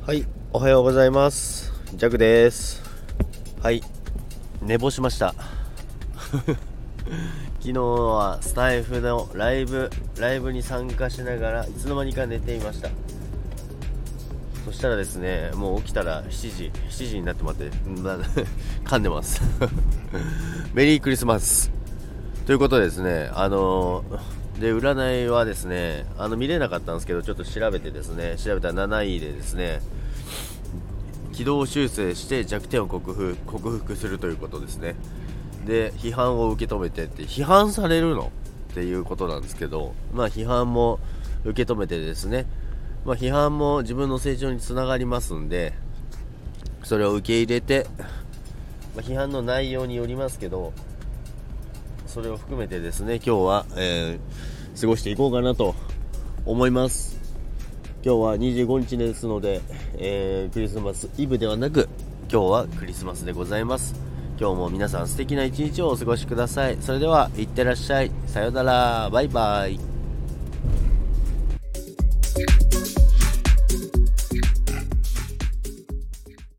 はい、おはようございます。ジャクです。はい、寝坊しました。昨日はスタイフのライブに参加しながらいつの間にか寝ていました。そしたらですね、もう起きたら7時になってまって噛んでます。メリークリスマスということでですね、で占いはですね、見れなかったんですけど、ちょっと調べたら7位でですね、軌道修正して弱点を克服するということですね。で、批判を受け止めてって、批判されるのっていうことなんですけど、批判も受け止めてですね、批判も自分の成長につながりますんで、それを受け入れて、批判の内容によりますけど、それを含めてですね、今日は、過ごしていこうかなと思います。今日は25日ですので、クリスマスイブではなく、今日はクリスマスでございます。今日も皆さん素敵な一日をお過ごしください。それではいってらっしゃい。さようなら。バイバイ。